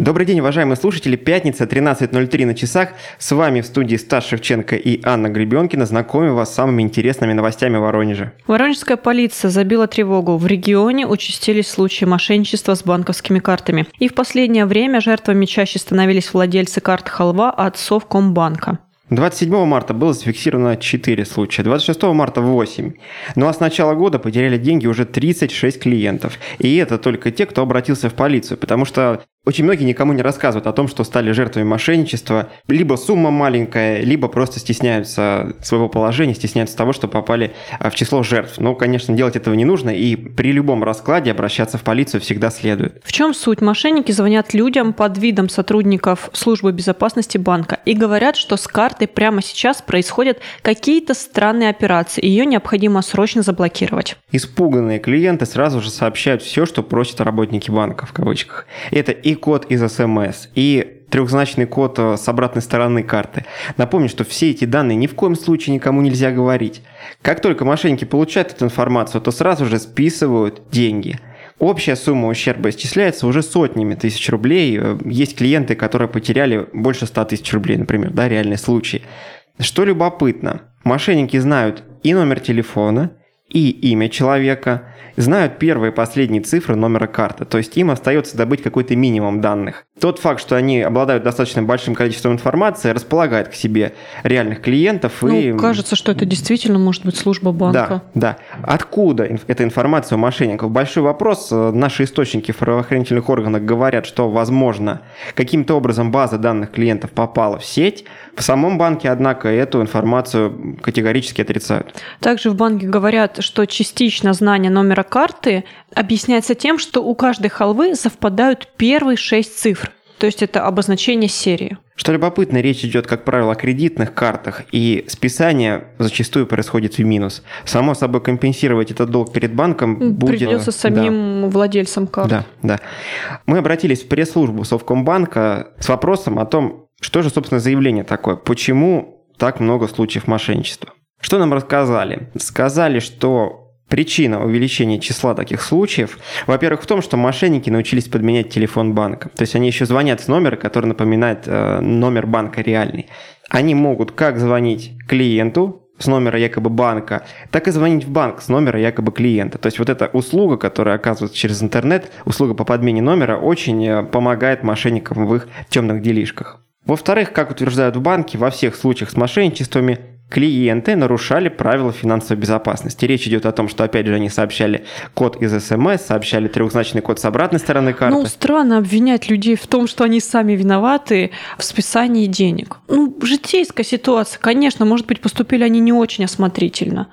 Добрый день, уважаемые слушатели. Пятница, 13:03 на часах. С вами в студии Стас Шевченко и Анна Гребенкина. Знакомим вас с самыми интересными новостями Воронежа. Воронежская полиция забила тревогу. В регионе участились случаи мошенничества с банковскими картами. И в последнее время жертвами чаще становились владельцы карт «Халва» от Совкомбанка. 27 марта было зафиксировано 4 случая, 26 марта 8. Ну а с начала года потеряли деньги уже 36 клиентов. И это только те, кто обратился в полицию, потому что очень многие никому не рассказывают о том, что стали жертвами мошенничества. Либо сумма маленькая, либо просто стесняются своего положения, стесняются того, что попали в число жертв. Но, конечно, делать этого не нужно, и при любом раскладе обращаться в полицию всегда следует. В чем суть? Мошенники звонят людям под видом сотрудников службы безопасности банка и говорят, что с картой прямо сейчас происходят какие-то странные операции, и ее необходимо срочно заблокировать. Испуганные клиенты сразу же сообщают все, что просят работники банка, в кавычках. Это и код из СМС, и трехзначный код с обратной стороны карты. Напомню, что все эти данные ни в коем случае никому нельзя говорить. Как только мошенники получают эту информацию, то сразу же списывают деньги. Общая сумма ущерба исчисляется уже сотнями тысяч рублей. Есть клиенты, которые потеряли больше 100 тысяч рублей, например, реальный случай. Что любопытно, мошенники знают и номер телефона, и имя человека, знают первые и последние цифры номера карты, то есть им остается добыть какой-то минимум данных. Тот факт, что они обладают достаточно большим количеством информации, располагает к себе реальных клиентов. Кажется, что это действительно может быть служба банка. Да. Откуда эта информация у мошенников? Большой вопрос. Наши источники в правоохранительных органах говорят, что, возможно, каким-то образом база данных клиентов попала в сеть. В самом банке, однако, эту информацию категорически отрицают. Также в банке говорят, что частично знание номера карты объясняется тем, что у каждой халвы совпадают первые 6 цифр. То есть это обозначение серии. Что любопытно, речь идет, как правило, о кредитных картах, и списание зачастую происходит в минус. Само собой, компенсировать этот долг перед банком придется самим владельцам карт. Да. Мы обратились в пресс-службу Совкомбанка с вопросом о том, что же, собственно, заявление такое, почему так много случаев мошенничества. Что нам рассказали? Сказали, что причина увеличения числа таких случаев, во-первых, в том, что мошенники научились подменять телефон банка. То есть они еще звонят с номера, который напоминает номер банка реальный. Они могут как звонить клиенту с номера якобы банка, так и звонить в банк с номера якобы клиента. То есть вот эта услуга, которая оказывается через интернет, услуга по подмене номера, очень помогает мошенникам в их темных делишках. Во-вторых, как утверждают в банке, во всех случаях с мошенничествами клиенты нарушали правила финансовой безопасности. Речь идет о том, что, опять же, они сообщали код из СМС, сообщали трехзначный код с обратной стороны карты. Странно обвинять людей в том, что они сами виноваты в списании денег. Житейская ситуация. Конечно, может быть, поступили они не очень осмотрительно.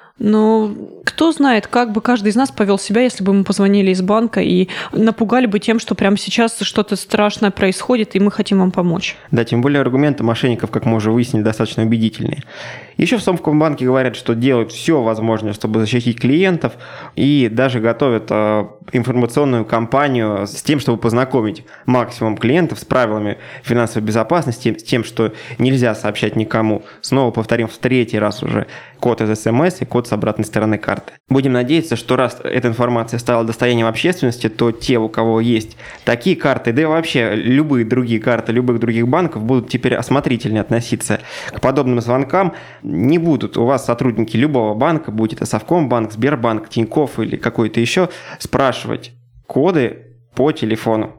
Но кто знает, как бы каждый из нас повел себя, если бы мы позвонили из банка и напугали бы тем, что прямо сейчас что-то страшное происходит, и мы хотим вам помочь. Да, тем более аргументы мошенников, как мы уже выяснили, достаточно убедительные. Еще в Совкомбанке говорят, что делают все возможное, чтобы защитить клиентов, и даже готовят информационную кампанию с тем, чтобы познакомить максимум клиентов с правилами финансовой безопасности, с тем, что нельзя сообщать никому. Снова повторим в третий раз уже код из СМС и код с обратной стороны карты. Будем надеяться, что раз эта информация стала достоянием общественности, то те, у кого есть такие карты, да и вообще любые другие карты любых других банков, будут теперь осмотрительнее относиться к подобным звонкам. Не будут у вас сотрудники любого банка, будь это Совкомбанк, Сбербанк, Тинькофф или какой-то еще, спрашивать коды по телефону.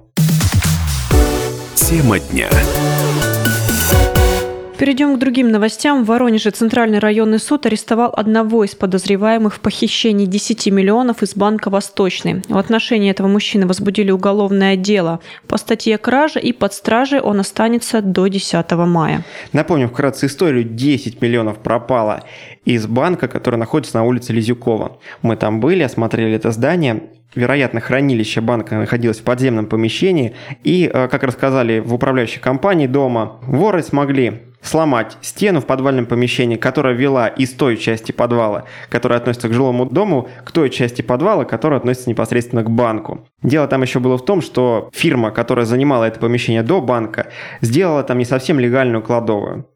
Тема дня. Перейдем к другим новостям. В Воронеже Центральный районный суд арестовал одного из подозреваемых в похищении 10 миллионов из банка «Восточный». В отношении этого мужчины возбудили уголовное дело по статье «Кража», и под стражей он останется до 10 мая. Напомню вкратце историю. 10 миллионов пропало из банка, который находится на улице Лизюкова. Мы там были, осмотрели это здание. Вероятно, хранилище банка находилось в подземном помещении. И, как рассказали в управляющей компании дома, воры смогли сломать стену в подвальном помещении, которая вела из той части подвала, которая относится к жилому дому, к той части подвала, которая относится непосредственно к банку. Дело там еще было в том, что фирма, которая занимала это помещение до банка, сделала там не совсем легальную кладовую.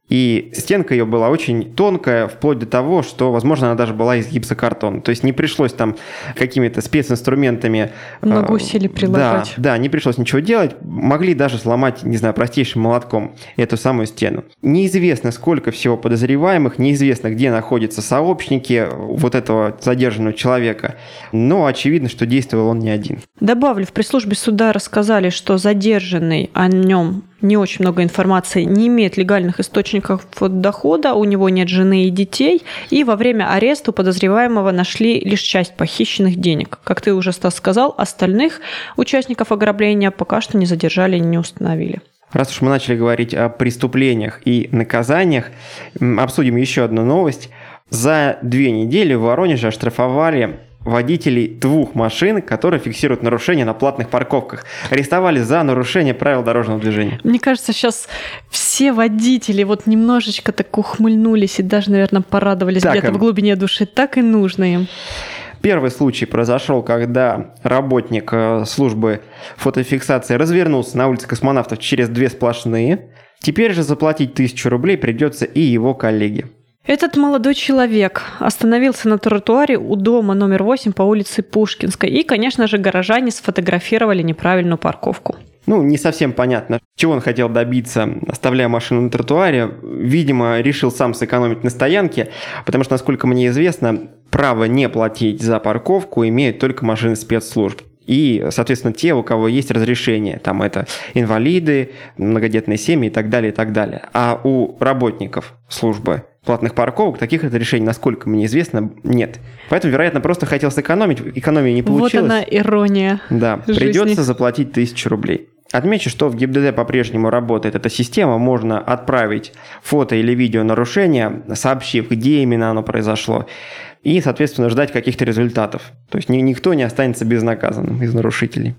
И стенка ее была очень тонкая, вплоть до того, что, возможно, она даже была из гипсокартона. То есть не пришлось там какими-то специнструментами... Много усилий прилагать. Да, не пришлось ничего делать. Могли даже сломать, не знаю, простейшим молотком эту самую стену. Неизвестно, сколько всего подозреваемых, неизвестно, где находятся сообщники вот этого задержанного человека. Но очевидно, что действовал он не один. Добавлю, в пресс-службе суда рассказали, что задержанный, о нем не очень много информации, не имеет легальных источников дохода, у него нет жены и детей, и во время ареста у подозреваемого нашли лишь часть похищенных денег. Как ты уже, Стас, сказал, остальных участников ограбления пока что не задержали и не установили. Раз уж мы начали говорить о преступлениях и наказаниях, обсудим еще одну новость. За 2 недели в Воронеже оштрафовали водителей 2 машин, которые фиксируют нарушения на платных парковках. Арестовали за нарушение правил дорожного движения. Мне кажется, сейчас все водители вот немножечко так ухмыльнулись и даже, наверное, порадовались так где-то в глубине души. Так и нужно им. Первый случай произошел, когда работник службы фотофиксации развернулся на улице Космонавтов через 2 сплошные. Теперь же заплатить 1000 рублей придется и его коллеге. Этот молодой человек остановился на тротуаре у дома номер 8 по улице Пушкинской. И, конечно же, горожане сфотографировали неправильную парковку. Не совсем понятно, чего он хотел добиться, оставляя машину на тротуаре. Видимо, решил сам сэкономить на стоянке, потому что, насколько мне известно, право не платить за парковку имеют только машины спецслужб. И, соответственно, те, у кого есть разрешение. Там это инвалиды, многодетные семьи и так далее, и так далее. А у работников службы платных парковок таких разрешений, насколько мне известно, нет. Поэтому, вероятно, просто хотел сэкономить, экономия не получилась. Вот она ирония жизни. Придется заплатить 1000 рублей. Отмечу, что в ГИБДД по-прежнему работает эта система. Можно отправить фото или видео нарушения, сообщив, где именно оно произошло, и, соответственно, ждать каких-то результатов. То есть никто не останется безнаказанным из нарушителей.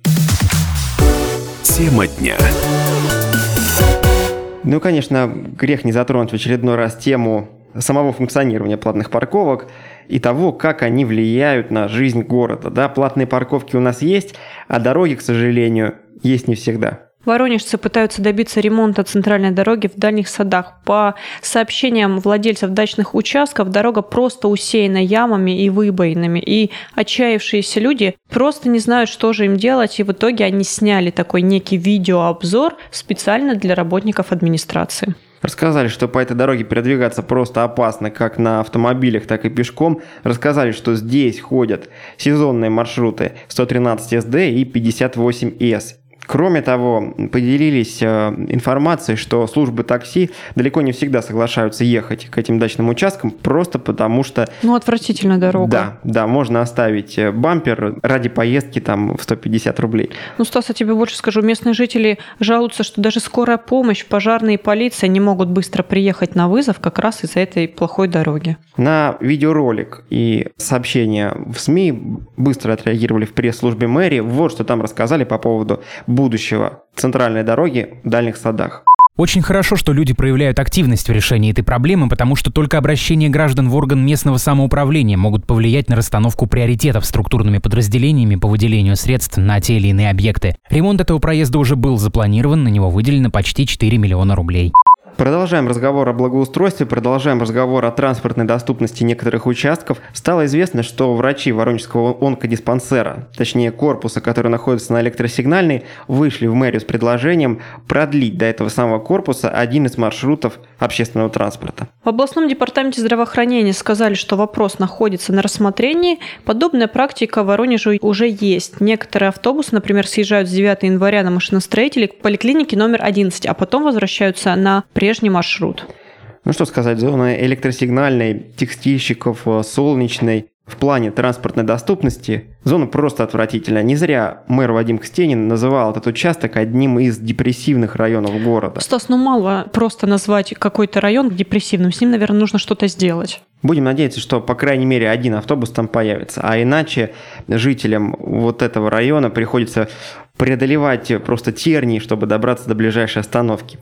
Тема дня. Конечно, грех не затронуть в очередной раз тему самого функционирования платных парковок и того, как они влияют на жизнь города. Да, платные парковки у нас есть, а дороги, к сожалению, есть не всегда. Воронежцы пытаются добиться ремонта центральной дороги в дальних садах. По сообщениям владельцев дачных участков, дорога просто усеяна ямами и выбоинами. И отчаявшиеся люди просто не знают, что же им делать. И в итоге они сняли такой некий видеообзор специально для работников администрации. Рассказали, что по этой дороге передвигаться просто опасно как на автомобилях, так и пешком. Рассказали, что здесь ходят сезонные маршруты 113 СД и 58С. Кроме того, поделились информацией, что службы такси далеко не всегда соглашаются ехать к этим дачным участкам, просто потому что... Отвратительная дорога. Да, можно оставить бампер ради поездки там в 150 рублей. Стас, я тебе больше скажу, местные жители жалуются, что даже скорая помощь, пожарные и полиция не могут быстро приехать на вызов как раз из-за этой плохой дороги. На видеоролик и сообщения в СМИ быстро отреагировали в пресс-службе мэрии. Вот что там рассказали по поводу будущего центральной дороги в дальних садах. Очень хорошо, что люди проявляют активность в решении этой проблемы, потому что только обращение граждан в орган местного самоуправления могут повлиять на расстановку приоритетов структурными подразделениями по выделению средств на те или иные объекты. Ремонт этого проезда уже был запланирован, на него выделено почти 4 миллиона рублей. Продолжаем разговор о благоустройстве, продолжаем разговор о транспортной доступности некоторых участков. Стало известно, что врачи Воронежского онкодиспансера, точнее корпуса, который находится на Электросигнальной, вышли в мэрию с предложением продлить до этого самого корпуса один из маршрутов общественного транспорта. В областном департаменте здравоохранения сказали, что вопрос находится на рассмотрении. Подобная практика в Воронеже уже есть. Некоторые автобусы, например, съезжают с 9 января на машиностроителей к поликлинике номер 11, а потом возвращаются на прежний маршрут. Что сказать, зона Электросигнальной, текстильщиков, Солнечной. В плане транспортной доступности зона просто отвратительная. Не зря мэр Вадим Кстенин называл этот участок одним из депрессивных районов города. Стас, мало просто назвать какой-то район депрессивным. С ним, наверное, нужно что-то сделать. Будем надеяться, что, по крайней мере, один автобус там появится. А иначе жителям вот этого района приходится преодолевать просто тернии, чтобы добраться до ближайшей остановки.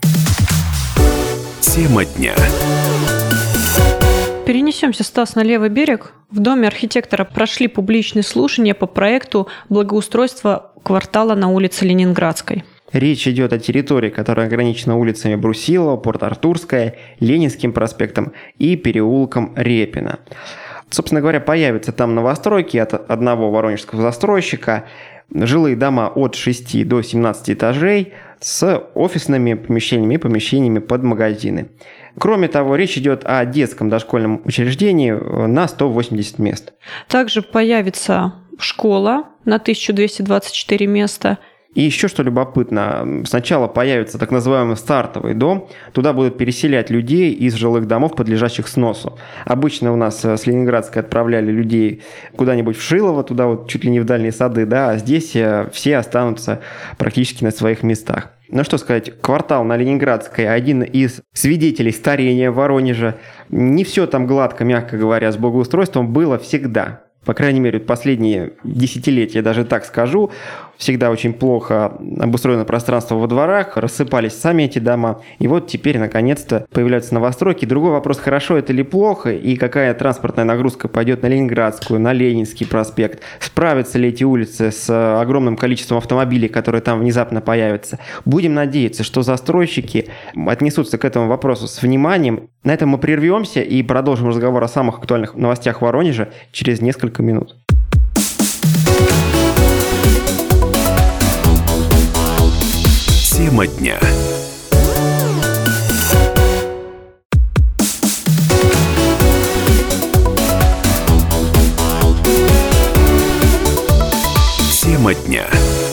Тема дня. Перенесемся, Стас, на левый берег. В доме архитектора прошли публичные слушания по проекту благоустройства квартала на улице Ленинградской. Речь идет о территории, которая ограничена улицами Брусилова, Порт-Артурская, Ленинским проспектом и переулком Репина. Собственно говоря, появятся там новостройки от одного воронежского застройщика, жилые дома от 6 до 17 этажей с офисными помещениями и помещениями под магазины. Кроме того, речь идет о детском дошкольном учреждении на 180 мест. Также появится школа на 1224 места. И еще что любопытно, сначала появится так называемый стартовый дом, туда будут переселять людей из жилых домов, подлежащих сносу. Обычно у нас с Ленинградской отправляли людей куда-нибудь в Шилово, туда вот чуть ли не в дальние сады, да, а здесь все останутся практически на своих местах. Ну что сказать, квартал на Ленинградской один из свидетелей старения Воронежа. Не все там гладко, мягко говоря, с благоустройством было всегда. По крайней мере, последние десятилетия, даже так скажу, всегда очень плохо обустроено пространство во дворах, рассыпались сами эти дома. И вот теперь, наконец-то, появляются новостройки. Другой вопрос, хорошо это или плохо, и какая транспортная нагрузка пойдет на Ленинградскую, на Ленинский проспект. Справятся ли эти улицы с огромным количеством автомобилей, которые там внезапно появятся. Будем надеяться, что застройщики отнесутся к этому вопросу с вниманием. На этом мы прервемся и продолжим разговор о самых актуальных новостях Воронежа через несколько минут. Тема дня. Тема дня.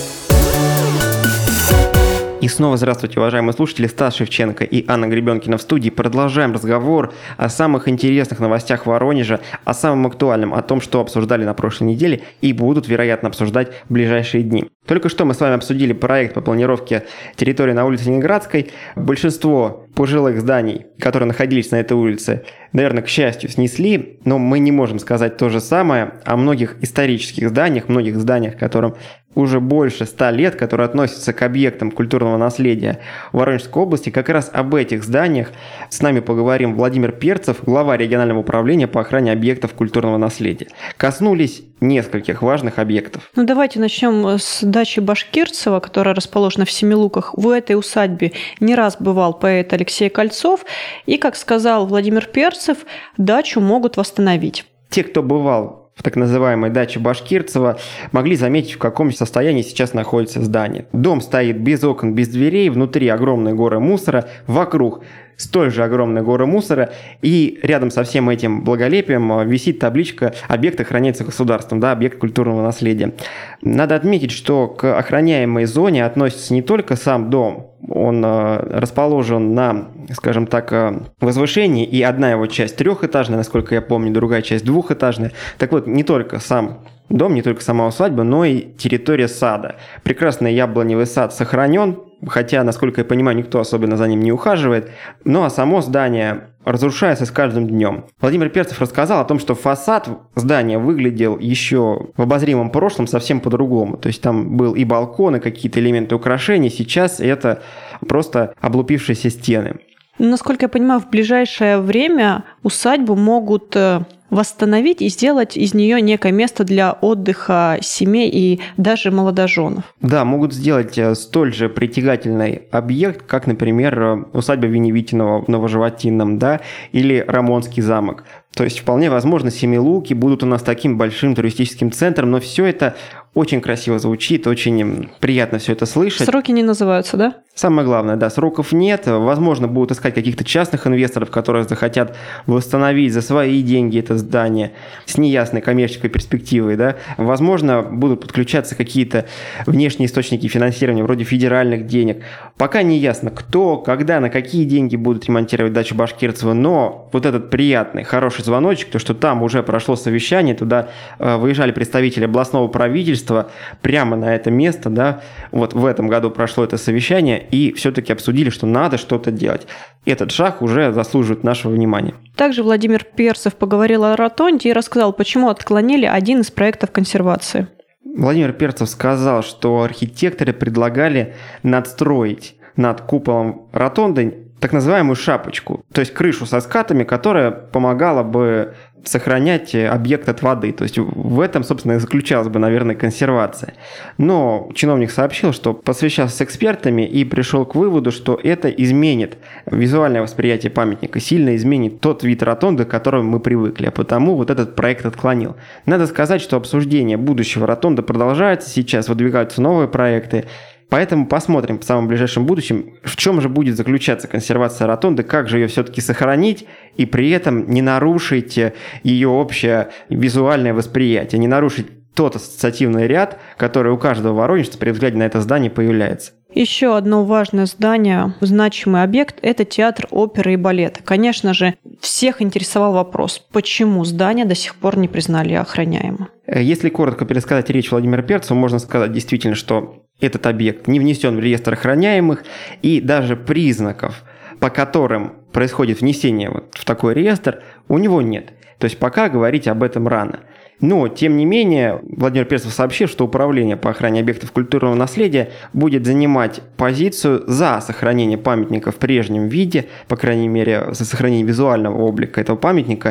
И снова здравствуйте, уважаемые слушатели. Стас Шевченко и Анна Гребенкина в студии. Продолжаем разговор о самых интересных новостях Воронежа, о самом актуальном, о том, что обсуждали на прошлой неделе и будут, вероятно, обсуждать в ближайшие дни. Только что мы с вами обсудили проект по планировке территории на улице Ленинградской. Большинство пожилых зданий, которые находились на этой улице, наверное, к счастью, снесли, но мы не можем сказать то же самое о многих исторических зданиях, многих зданиях, которым уже больше 100 лет, которые относятся к объектам культурного наследия Воронежской области. Как раз об этих зданиях с нами поговорим Владимир Перцев, глава регионального управления по охране объектов культурного наследия. Коснулись нескольких важных объектов. Ну, давайте начнем с дачи Башкирцева, которая расположена в Семилуках. В этой усадьбе не раз бывал поэт Алексей Кольцов. И, как сказал Владимир Перцев, дачу могут восстановить. Те, кто бывал в так называемой даче Башкирцева, могли заметить, в каком состоянии сейчас находится здание. Дом стоит без окон, без дверей, внутри огромные горы мусора, вокруг столь же огромные горы мусора, и рядом со всем этим благолепием висит табличка «Объект охраняется государством», да, объект культурного наследия. Надо отметить, что к охраняемой зоне относится не только сам дом, он расположен на, скажем так, возвышении, и одна его часть трехэтажная, насколько я помню, другая часть двухэтажная. Так вот, не только сам дом, не только сама усадьба, но и территория сада. Прекрасный яблоневый сад сохранен, хотя, насколько я понимаю, никто особенно за ним не ухаживает. Ну а само здание разрушается с каждым днем. Владимир Перцев рассказал о том, что фасад здания выглядел еще в обозримом прошлом совсем по-другому. То есть там был и балкон, и какие-то элементы украшений. Сейчас это просто облупившиеся стены. Насколько я понимаю, в ближайшее время усадьбу могут восстановить и сделать из нее некое место для отдыха семей и даже молодоженов. Да, могут сделать столь же притягательный объект, как, например, усадьба Веневитиного в Новоживотинном, да, или Рамонский замок. То есть вполне возможно, Семилуки будут у нас таким большим туристическим центром, но все это очень красиво звучит, очень приятно все это слышать. Сроки не называются, да? Самое главное, да, сроков нет. Возможно, будут искать каких-то частных инвесторов, которые захотят восстановить за свои деньги это здание с неясной коммерческой перспективой, да. Возможно, будут подключаться какие-то внешние источники финансирования, вроде федеральных денег. Пока не ясно, кто, когда, на какие деньги будут ремонтировать дачу Башкирцева, но вот этот приятный, хороший звоночек, то, что там уже прошло совещание, туда выезжали представители областного правительства прямо на это место, да, вот в этом году прошло это совещание, и все-таки обсудили, что надо что-то делать. Этот шаг уже заслуживает нашего внимания. Также Владимир Перцев поговорил о ротонде и рассказал, почему отклонили один из проектов консервации. Владимир Перцев сказал, что архитекторы предлагали надстроить над куполом ротонды так называемую шапочку, то есть крышу со скатами, которая помогала бы сохранять объект от воды. То есть в этом, собственно, и заключалась бы, наверное, консервация. Но чиновник сообщил, что посвящался с экспертами и пришел к выводу, что это изменит визуальное восприятие памятника, сильно изменит тот вид ротонды, к которому мы привыкли, а потому вот этот проект отклонил. Надо сказать, что обсуждение будущего ротонды продолжается сейчас, выдвигаются новые проекты. Поэтому посмотрим в самом ближайшем будущем, в чем же будет заключаться консервация ротонды, как же ее все-таки сохранить и при этом не нарушить ее общее визуальное восприятие, не нарушить тот ассоциативный ряд, который у каждого воронежца при взгляде на это здание появляется. Еще одно важное здание, значимый объект – это театр оперы и балета. Конечно же, всех интересовал вопрос, почему здание до сих пор не признали охраняемым. Если коротко пересказать речь Владимира Перцева, можно сказать действительно, что этот объект не внесен в реестр охраняемых, и даже признаков, по которым происходит внесение в такой реестр, у него нет. То есть пока говорить об этом рано. Но, тем не менее, Владимир Перцев сообщил, что Управление по охране объектов культурного наследия будет занимать позицию за сохранение памятника в прежнем виде, по крайней мере, за сохранение визуального облика этого памятника,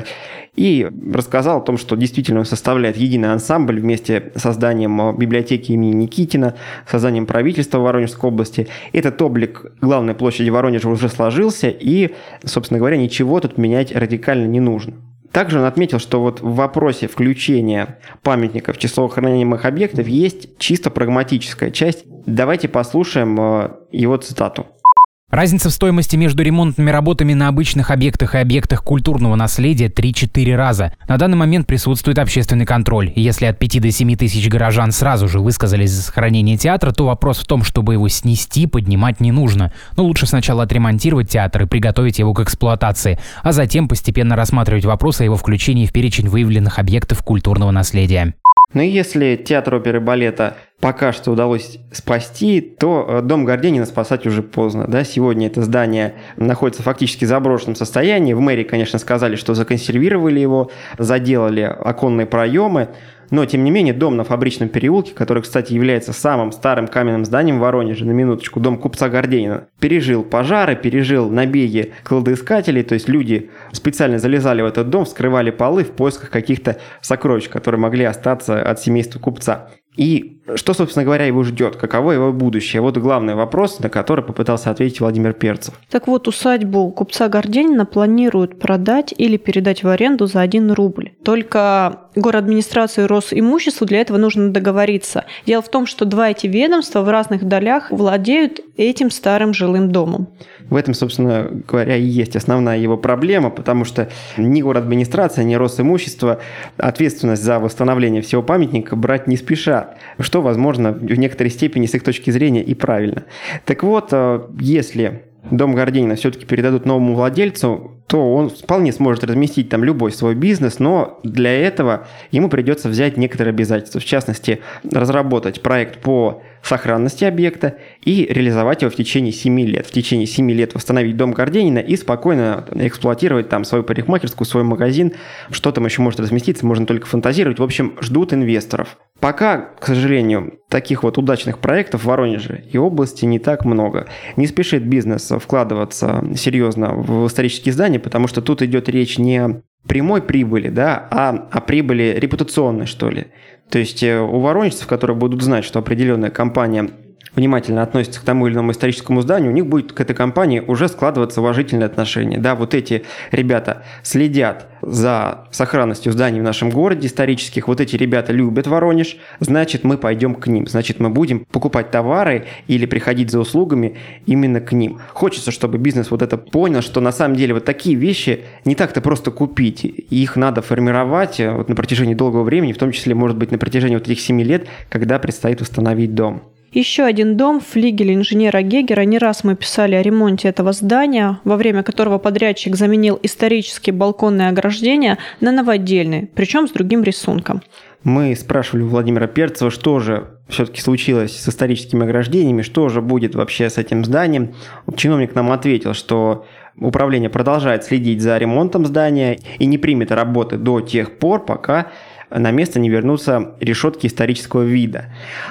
и рассказал о том, что действительно он составляет единый ансамбль вместе с созданием библиотеки имени Никитина, созданием правительства Воронежской области. Этот облик главной площади Воронежа уже сложился, и, собственно говоря, ничего тут менять радикально не нужно. Также он отметил, что вот в вопросе включения памятника в число охраняемых объектов есть чисто прагматическая часть. Давайте послушаем его цитату. Разница в стоимости между ремонтными работами на обычных объектах и объектах культурного наследия 3-4 раза. На данный момент присутствует общественный контроль. И если от 5 до 7 тысяч горожан сразу же высказались за сохранение театра, то вопрос в том, чтобы его снести, поднимать не нужно. Но лучше сначала отремонтировать театр и приготовить его к эксплуатации, а затем постепенно рассматривать вопрос о его включении в перечень выявленных объектов культурного наследия. Ну и если театр оперы и балета пока что удалось спасти, то Дом Горденина спасать уже поздно. Да? Сегодня это здание находится фактически в заброшенном состоянии. В мэрии, конечно, сказали, что законсервировали его, заделали оконные проемы. Но, тем не менее, дом на Фабричном переулке, который, кстати, является самым старым каменным зданием в Воронеже, на минуточку, дом купца Горденина, пережил пожары, пережил набеги кладоискателей, то есть люди специально залезали в этот дом, вскрывали полы в поисках каких-то сокровищ, которые могли остаться от семейства купца. И что, собственно говоря, его ждет? Каково его будущее? Вот главный вопрос, на который попытался ответить Владимир Перцев. Так вот, усадьбу купца Горденина планируют продать или передать в аренду за 1 рубль. Только городадминистрации и Росимуществу для этого нужно договориться. Дело в том, что 2 эти ведомства в разных долях владеют этим старым жилым домом. В этом, собственно говоря, и есть основная его проблема, потому что ни городадминистрация, ни Росимущество ответственность за восстановление всего памятника брать не спешат, что, возможно, в некоторой степени с их точки зрения и правильно. Так вот, если Дом Горденина все-таки передадут новому владельцу, то он вполне сможет разместить там любой свой бизнес, но для этого ему придется взять некоторые обязательства. В частности, разработать проект по сохранности объекта и реализовать его в течение 7 лет. В течение 7 лет восстановить Дом Горденина и спокойно эксплуатировать там свою парикмахерскую, свой магазин. Что там еще может разместиться, можно только фантазировать. В общем, ждут инвесторов. Пока, к сожалению, таких вот удачных проектов в Воронеже и области не так много. Не спешит бизнес вкладываться серьезно в исторические здания, потому что тут идет речь не о прямой прибыли, да, а о прибыли репутационной, что ли. То есть у воронежцев, которые будут знать, что определенная компания внимательно относится к тому или иному историческому зданию, у них будет к этой компании уже складываться уважительное отношение. Да, вот эти ребята следят за сохранностью зданий в нашем городе исторических, вот эти ребята любят Воронеж, значит, мы пойдем к ним, значит, мы будем покупать товары или приходить за услугами именно к ним. Хочется, чтобы бизнес вот это понял, что на самом деле вот такие вещи не так-то просто купить, их надо формировать вот на протяжении долгого времени, в том числе, может быть, на протяжении вот этих 7 лет, когда предстоит восстановить дом. Еще один дом, флигель инженера Гегера. Не раз мы писали о ремонте этого здания, во время которого подрядчик заменил исторические балконные ограждения на новодельные, причем с другим рисунком. Мы спрашивали у Владимира Перцева, что же все-таки случилось с историческими ограждениями, что же будет вообще с этим зданием. Чиновник нам ответил, что управление продолжает следить за ремонтом здания и не примет работы до тех пор, пока на место не вернутся решетки исторического вида.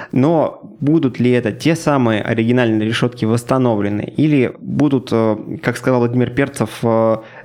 Но будут ли это те самые оригинальные решетки восстановлены? Или будут, как сказал Владимир Перцев,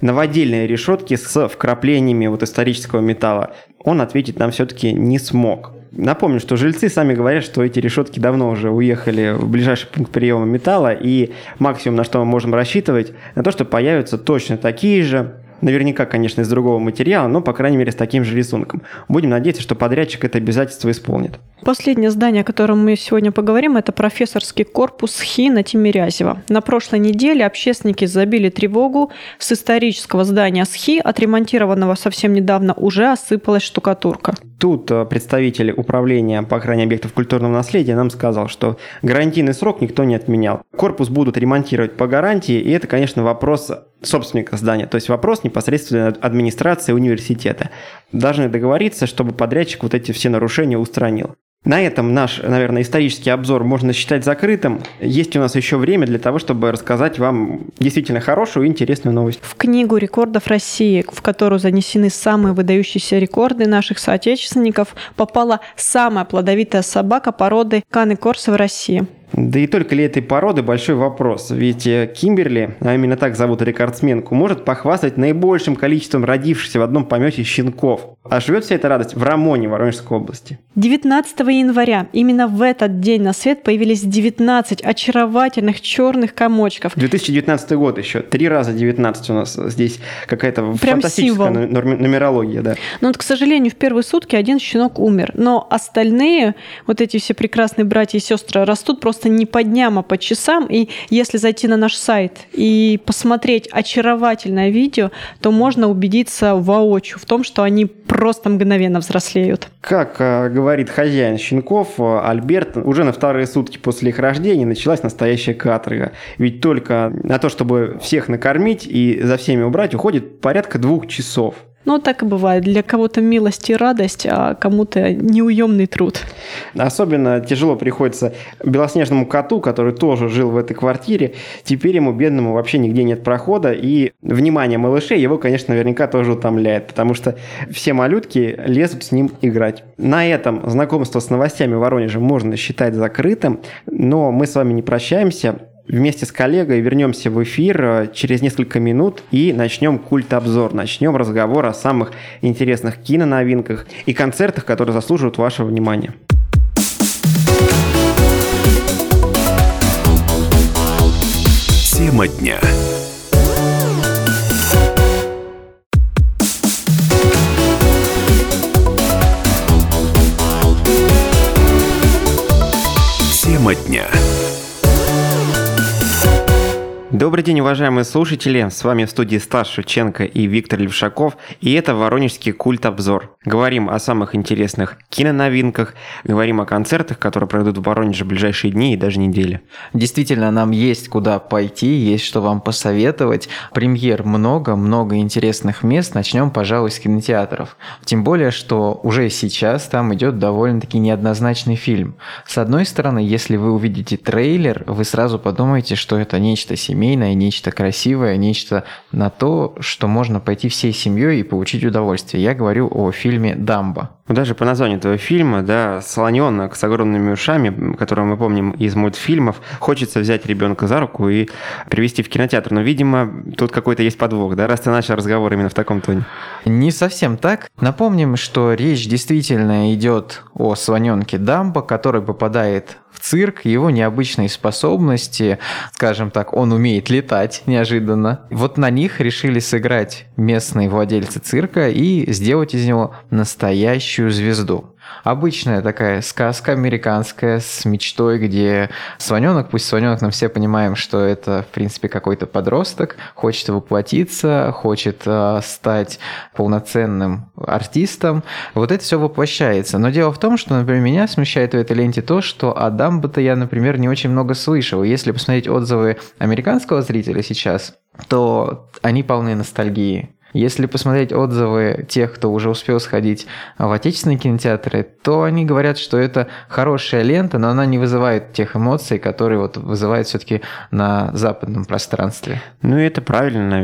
новодельные решетки с вкраплениями вот исторического металла, он ответить нам все-таки не смог. Напомню, что жильцы сами говорят, что эти решетки давно уже уехали в ближайший пункт приема металла, и максимум, на что мы можем рассчитывать, на то, что появятся точно такие же, наверняка, конечно, из другого материала, но, по крайней мере, с таким же рисунком. Будем надеяться, что подрядчик это обязательство исполнит. Последнее здание, о котором мы сегодня поговорим, это профессорский корпус ХИ на Тимирязева. На прошлой неделе общественники забили тревогу. С исторического здания СХИ, отремонтированного совсем недавно, уже осыпалась штукатурка. Тут представитель управления по охране объектов культурного наследия нам сказал, что гарантийный срок никто не отменял. Корпус будут ремонтировать по гарантии, и это, конечно, вопрос собственника здания, то есть вопрос непосредственно администрации университета. Должны договориться, чтобы подрядчик вот эти все нарушения устранил. На этом наш, наверное, исторический обзор можно считать закрытым. Есть у нас еще время для того, чтобы рассказать вам действительно хорошую и интересную новость. В книгу рекордов России, в которую занесены самые выдающиеся рекорды наших соотечественников, попала самая плодовитая собака породы Каны-Корса в России. Да и только ли этой породы большой вопрос. Ведь Кимберли, а именно так зовут рекордсменку, может похвастать наибольшим количеством родившихся в одном помете щенков. А живет вся эта радость в Рамоне, Воронежской области. 19 января, именно в этот день на свет появились 19 очаровательных черных комочков. 2019 год еще. 3 раза 19 у нас здесь какая-то Прям фантастическая символ. нумерология. Да. Но вот, к сожалению, в первые сутки один щенок умер. Но остальные, вот эти все прекрасные братья и сестры, растут просто не по дням, а по часам. И если зайти на наш сайт и посмотреть очаровательное видео, то можно убедиться воочию в том, что они просто мгновенно взрослеют. Как говорит хозяин щенков Альберт, уже на вторые сутки после их рождения началась настоящая каторга. Ведь только на то, чтобы всех накормить и за всеми убрать, уходит порядка 2 часов. Ну, так и бывает. Для кого-то милость и радость, а кому-то неуемный труд. Особенно тяжело приходится белоснежному коту, который тоже жил в этой квартире. Теперь ему, бедному, вообще нигде нет прохода. И внимание малышей его, конечно, наверняка тоже утомляет, потому что все малютки лезут с ним играть. На этом знакомство с новостями Воронежа можно считать закрытым, но мы с вами не прощаемся. Вместе с коллегой вернемся в эфир через несколько минут и начнем культ-обзор. Начнем разговор о самых интересных киноновинках и концертах, которые заслуживают вашего внимания. Тема дня. Тема дня. Добрый день, уважаемые слушатели. С вами в студии Стас Шевченко и Виктор Левшаков. И это Воронежский культ-обзор. Говорим о самых интересных киноновинках, говорим о концертах, которые пройдут в Воронеже в ближайшие дни и даже недели. Действительно, нам есть куда пойти, есть что вам посоветовать. Премьер много интересных мест. Начнем, пожалуй, с кинотеатров. Тем более, что уже сейчас там идет довольно-таки неоднозначный фильм. С одной стороны, если вы увидите трейлер, вы сразу подумаете, что это нечто семейное, нечто красивое, нечто на то, что можно пойти всей семьей и получить удовольствие. Я говорю о фильме «Дамбо». Даже по названию этого фильма, да, слоненок с огромными ушами, которого мы помним из мультфильмов, хочется взять ребенка за руку и привести в кинотеатр. Но, видимо, тут какой-то есть подвох, да, раз ты начал разговор именно в таком тоне. Не совсем так. Напомним, что речь действительно идет о слоненке Дамбо, который попадает в цирк, его необычные способности, скажем так, он умеет летать неожиданно. Вот на них решили сыграть местные владельцы цирка и сделать из него настоящую звезду. Обычная такая сказка американская с мечтой, где слоненок, пусть слоненок, но все понимаем, что это, в принципе, какой-то подросток, хочет воплотиться, хочет стать полноценным артистом. Вот это все воплощается. Но дело в том, что, например, меня смущает в этой ленте то, что о Дамбо-то я, например, не очень много слышал. Если посмотреть отзывы американского зрителя сейчас, то они полны ностальгии. Если посмотреть отзывы тех, кто уже успел сходить в отечественные кинотеатры, то они говорят, что это хорошая лента, но она не вызывает тех эмоций, которые вот вызывает все-таки на западном пространстве. Ну и это правильно, наверное.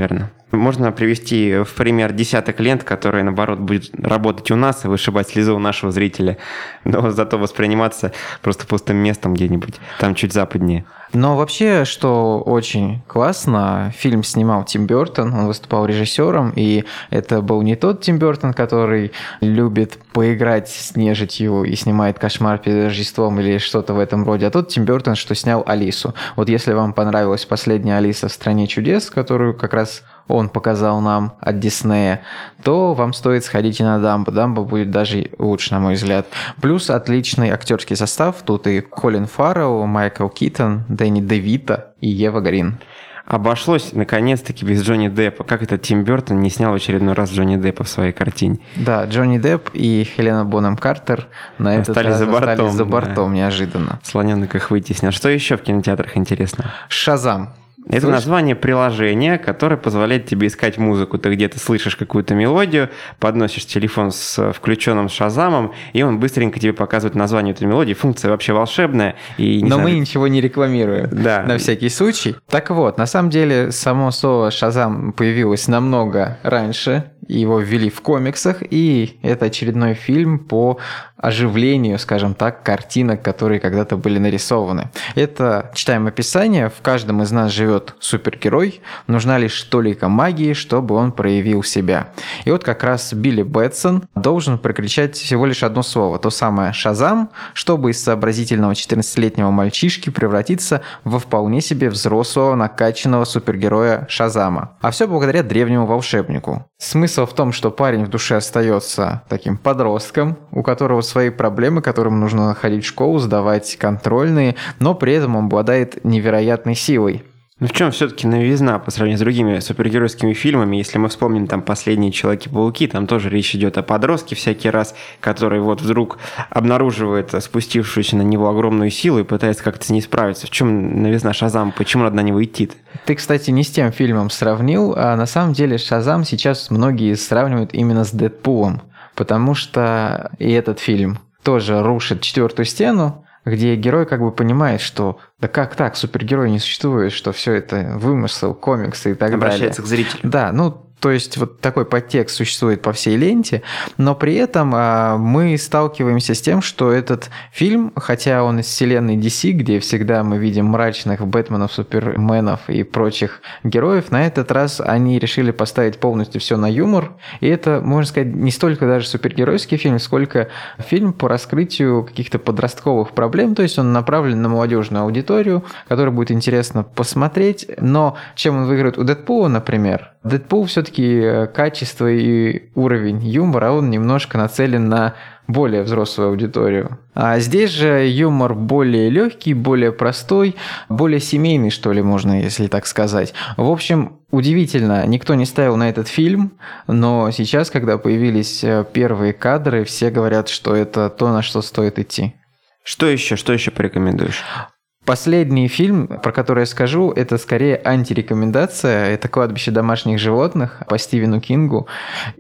Можно привести в пример десяток лент, которые, наоборот, будут работать у нас и вышибать слезу у нашего зрителя, но зато восприниматься просто пустым местом где-нибудь, там чуть западнее. Но вообще, что очень классно, фильм снимал Тим Бёртон, он выступал режиссером, и это был не тот Тим Бёртон, который любит поиграть с нежитью и снимает «Кошмар перед Рождеством» или что-то в этом роде, а тот Тим Бёртон, что снял «Алису». Вот если вам понравилась последняя «Алиса в стране чудес», которую как раз он показал нам от Диснея, то вам стоит сходить и на «Дамбо». «Дамбо» будет даже лучше, на мой взгляд. Плюс отличный актерский состав. Тут и Колин Фаррелл, Майкл Китон, Дэнни Девито и Ева Грин. Обошлось, наконец-таки, без Джонни Деппа. Как это Тим Бёртон не снял в очередной раз Джонни Деппа в своей картине? Да, Джонни Депп и Хелена Бонем Картер на этот раз остались за бортом неожиданно. Слоненок их вытеснил. Что еще в кинотеатрах интересно? «Шазам». Это название приложения, которое позволяет тебе искать музыку. Ты где-то слышишь какую-то мелодию, подносишь телефон с включенным Шазамом, и он быстренько тебе показывает название этой мелодии. Функция вообще волшебная. Но мы ничего не рекламируем, да, на всякий случай. Так вот, на самом деле, само слово «Шазам» появилось намного раньше. Его ввели в комиксах, и это очередной фильм по оживлению, скажем так, картинок, которые когда-то были нарисованы. Это, читаем описание, в каждом из нас живет супергерой, нужна лишь толика магии, чтобы он проявил себя. И вот как раз Билли Бэтсон должен прокричать всего лишь одно слово, то самое «Шазам», чтобы из сообразительного 14-летнего мальчишки превратиться во вполне себе взрослого, накачанного супергероя Шазама. А все благодаря древнему волшебнику. Смысл в том, что парень в душе остается таким подростком, у которого свои проблемы, которым нужно ходить в школу, сдавать контрольные, но при этом он обладает невероятной силой. Но в чем все-таки новизна по сравнению с другими супергеройскими фильмами? Если мы вспомним там последние «Человеки-пауки», там тоже речь идет о подростке всякий раз, который вот вдруг обнаруживает спустившуюся на него огромную силу и пытается как-то с ней справиться. В чем новизна Шазама? Почему надо на него идти-то? Ты, кстати, не с тем фильмом сравнил, а на самом деле Шазам сейчас многие сравнивают именно с Дэдпулом, потому что и этот фильм тоже рушит четвертую стену, где герой как бы понимает, что да как так, супергерой не существует, что все это вымысел, комиксы и так далее. Обращается к зрителю. Да, то есть вот такой подтекст существует по всей ленте, но при этом мы сталкиваемся с тем, что этот фильм, хотя он из вселенной DC, где всегда мы видим мрачных Бэтменов, Суперменов и прочих героев, на этот раз они решили поставить полностью все на юмор, и это, можно сказать, не столько даже супергеройский фильм, сколько фильм по раскрытию каких-то подростковых проблем, то есть он направлен на молодежную аудиторию, которой будет интересно посмотреть, но чем он выиграет у Дэдпула, например, Дэдпул все-таки качество и уровень юмора, он немножко нацелен на более взрослую аудиторию. А здесь же юмор более легкий, более простой, более семейный, что ли, можно, если так сказать. В общем, удивительно, никто не ставил на этот фильм, но сейчас, когда появились первые кадры, все говорят, что это то, на что стоит идти. Что еще порекомендуешь? Последний фильм, про который я скажу, это скорее антирекомендация. Это «Кладбище домашних животных» по Стивену Кингу.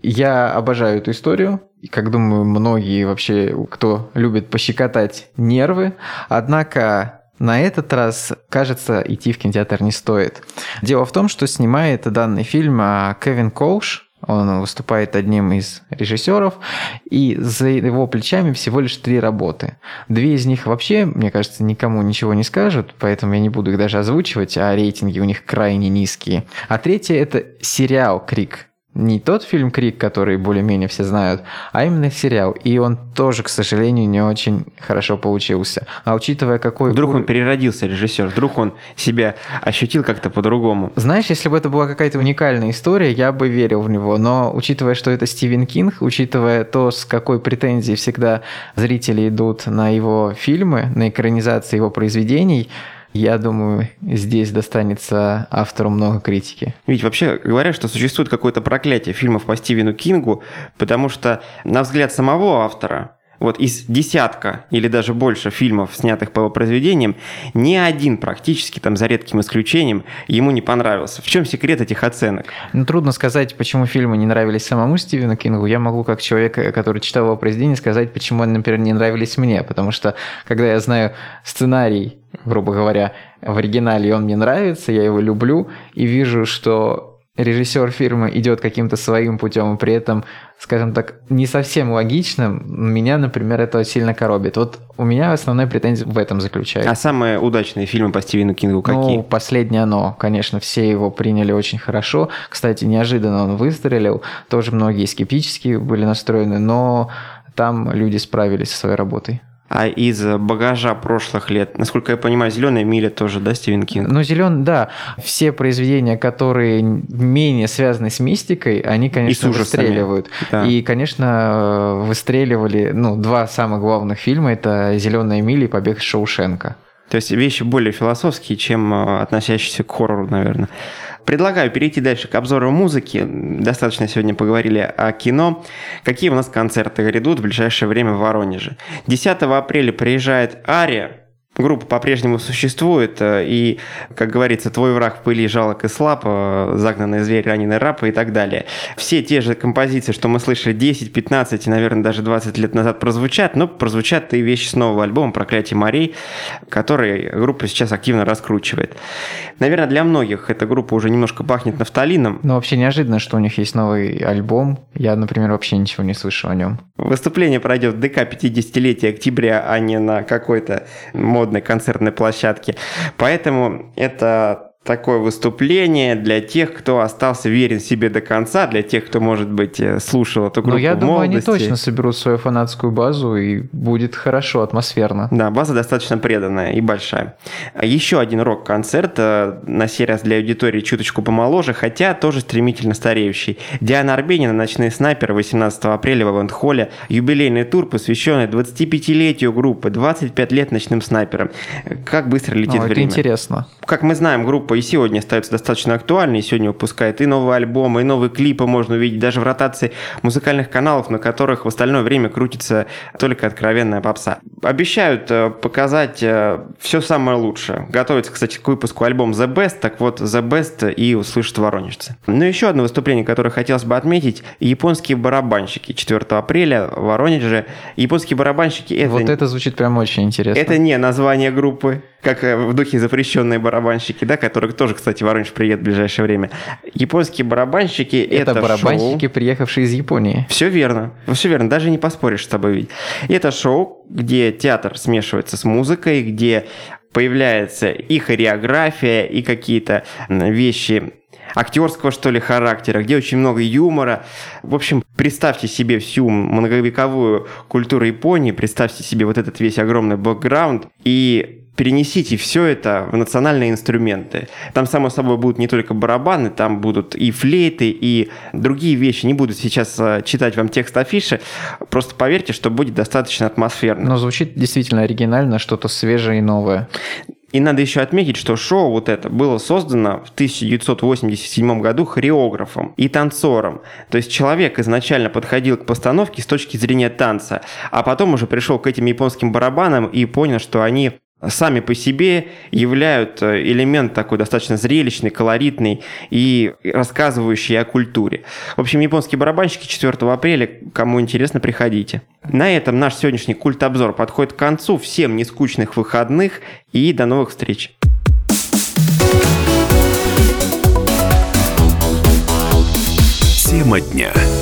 Я обожаю эту историю. И, как думаю, многие вообще, кто любит пощекотать нервы. Однако на этот раз, кажется, идти в кинотеатр не стоит. Дело в том, что снимает данный фильм Кевин Коуш. Он выступает одним из режиссеров, и за его плечами всего лишь 3 работы. 2 из них вообще, мне кажется, никому ничего не скажут, поэтому я не буду их даже озвучивать, а рейтинги у них крайне низкие. А 3 – это сериал «Крик». Не тот фильм «Крик», который более-менее все знают, а именно сериал. И он тоже, к сожалению, не очень хорошо получился. А учитывая, какой... Вдруг он переродился, режиссер, вдруг он себя ощутил как-то по-другому. Знаешь, если бы это была какая-то уникальная история, я бы верил в него. Но учитывая, что это Стивен Кинг, учитывая то, с какой претензией всегда зрители идут на его фильмы, на экранизации его произведений, я думаю, здесь достанется автору много критики. Ведь вообще говорят, что существует какое-то проклятие фильмов по Стивену Кингу, потому что, на взгляд самого автора, вот из десятка или даже больше фильмов, снятых по его произведениям, ни один практически, там за редким исключением, ему не понравился. В чем секрет этих оценок? Трудно сказать, почему фильмы не нравились самому Стивену Кингу. Я могу, как человек, который читал его произведения, сказать, почему они, например, не нравились мне. Потому что, когда я знаю сценарий, грубо говоря, в оригинале, он мне нравится, я его люблю, и вижу, что режиссер фильма идет каким-то своим путем, и при этом, скажем так, не совсем логичным, меня, например, это сильно коробит. Вот у меня основная претензия в этом заключается. А самые удачные фильмы по Стивену Кингу какие? Ну, «Последнее оно», конечно, все его приняли очень хорошо. Кстати, неожиданно он выстрелил. Тоже многие скептически были настроены, но там люди справились со своей работой. А из багажа прошлых лет, насколько я понимаю, «Зеленая миля» тоже, да, Стивен Кинг? Ну, «Зеленый», да. Все произведения, которые менее связаны с мистикой, они, конечно, выстреливают. Да. И, конечно, выстреливали, два самых главных фильма, это «Зеленая миля» и «Побег из Шоушенка». То есть вещи более философские, чем относящиеся к хоррору, наверное. Предлагаю перейти дальше к обзору музыки. Достаточно сегодня поговорили о кино. Какие у нас концерты грядут в ближайшее время в Воронеже? 10 апреля приезжает «Ария». Группа по-прежнему существует, и, как говорится, твой враг в пыли, жалок и слаб, загнанный зверь, раненый раб и так далее. Все те же композиции, что мы слышали 10, 15 и, наверное, даже 20 лет назад прозвучат, но прозвучат и вещи с нового альбома «Проклятие морей», который группа сейчас активно раскручивает. Наверное, для многих эта группа уже немножко пахнет нафталином. Но вообще неожиданно, что у них есть новый альбом. Я, например, вообще ничего не слышал о нем. Выступление пройдет в ДК 50-летия октября, а не на какой-то модной концертной площадке. Поэтому это такое выступление для тех, кто остался верен себе до конца, для тех, кто, может быть, слушал эту группу в молодости. Но я думаю, они точно соберут свою фанатскую базу, и будет хорошо, атмосферно. Да, база достаточно преданная и большая. Еще один рок-концерт, на сей раз для аудитории чуточку помоложе, хотя тоже стремительно стареющий. Диана Арбенина, «Ночные снайперы», 18 апреля в Ивент-холле. Юбилейный тур, посвященный 25-летию группы, 25 лет «Ночным снайперам». Как быстро летит время. Это интересно. Как мы знаем, группа и сегодня остается достаточно актуальной, и сегодня выпускает и новые альбомы, и новые клипы можно увидеть даже в ротации музыкальных каналов, на которых в остальное время крутится только откровенная попса. Обещают показать все самое лучшее. Готовится, кстати, к выпуску альбом The Best, так вот The Best и услышат воронежцы. Но еще одно выступление, которое хотелось бы отметить, японские барабанщики. 4 апреля в Воронеже. Японские барабанщики... Это звучит прям очень интересно. Это не название группы, как в духе «Запрещенные барабанщики», да, которые тоже, кстати, в Воронеж приедут в ближайшее время. Японские барабанщики — это барабанщики, шоу, приехавшие из Японии. Все верно, даже не поспоришь с тобой. Ведь это шоу, где театр смешивается с музыкой, где появляется и хореография, и какие-то вещи актерского, что ли, характера, где очень много юмора. В общем, представьте себе всю многовековую культуру Японии, представьте себе вот этот весь огромный бэкграунд и перенесите все это в национальные инструменты. Там, само собой, будут не только барабаны, там будут и флейты, и другие вещи. Не буду сейчас читать вам текст афиши, просто поверьте, что будет достаточно атмосферно. Но звучит действительно оригинально, что-то свежее и новое. И надо еще отметить, что шоу вот это было создано в 1987 году хореографом и танцором. То есть человек изначально подходил к постановке с точки зрения танца, а потом уже пришел к этим японским барабанам и понял, что они сами по себе являют элемент такой достаточно зрелищный, колоритный и рассказывающий о культуре. В общем, японские барабанщики 4 апреля, кому интересно, приходите. На этом наш сегодняшний культ-обзор подходит к концу. Всем нескучных выходных и до новых встреч. Тема дня.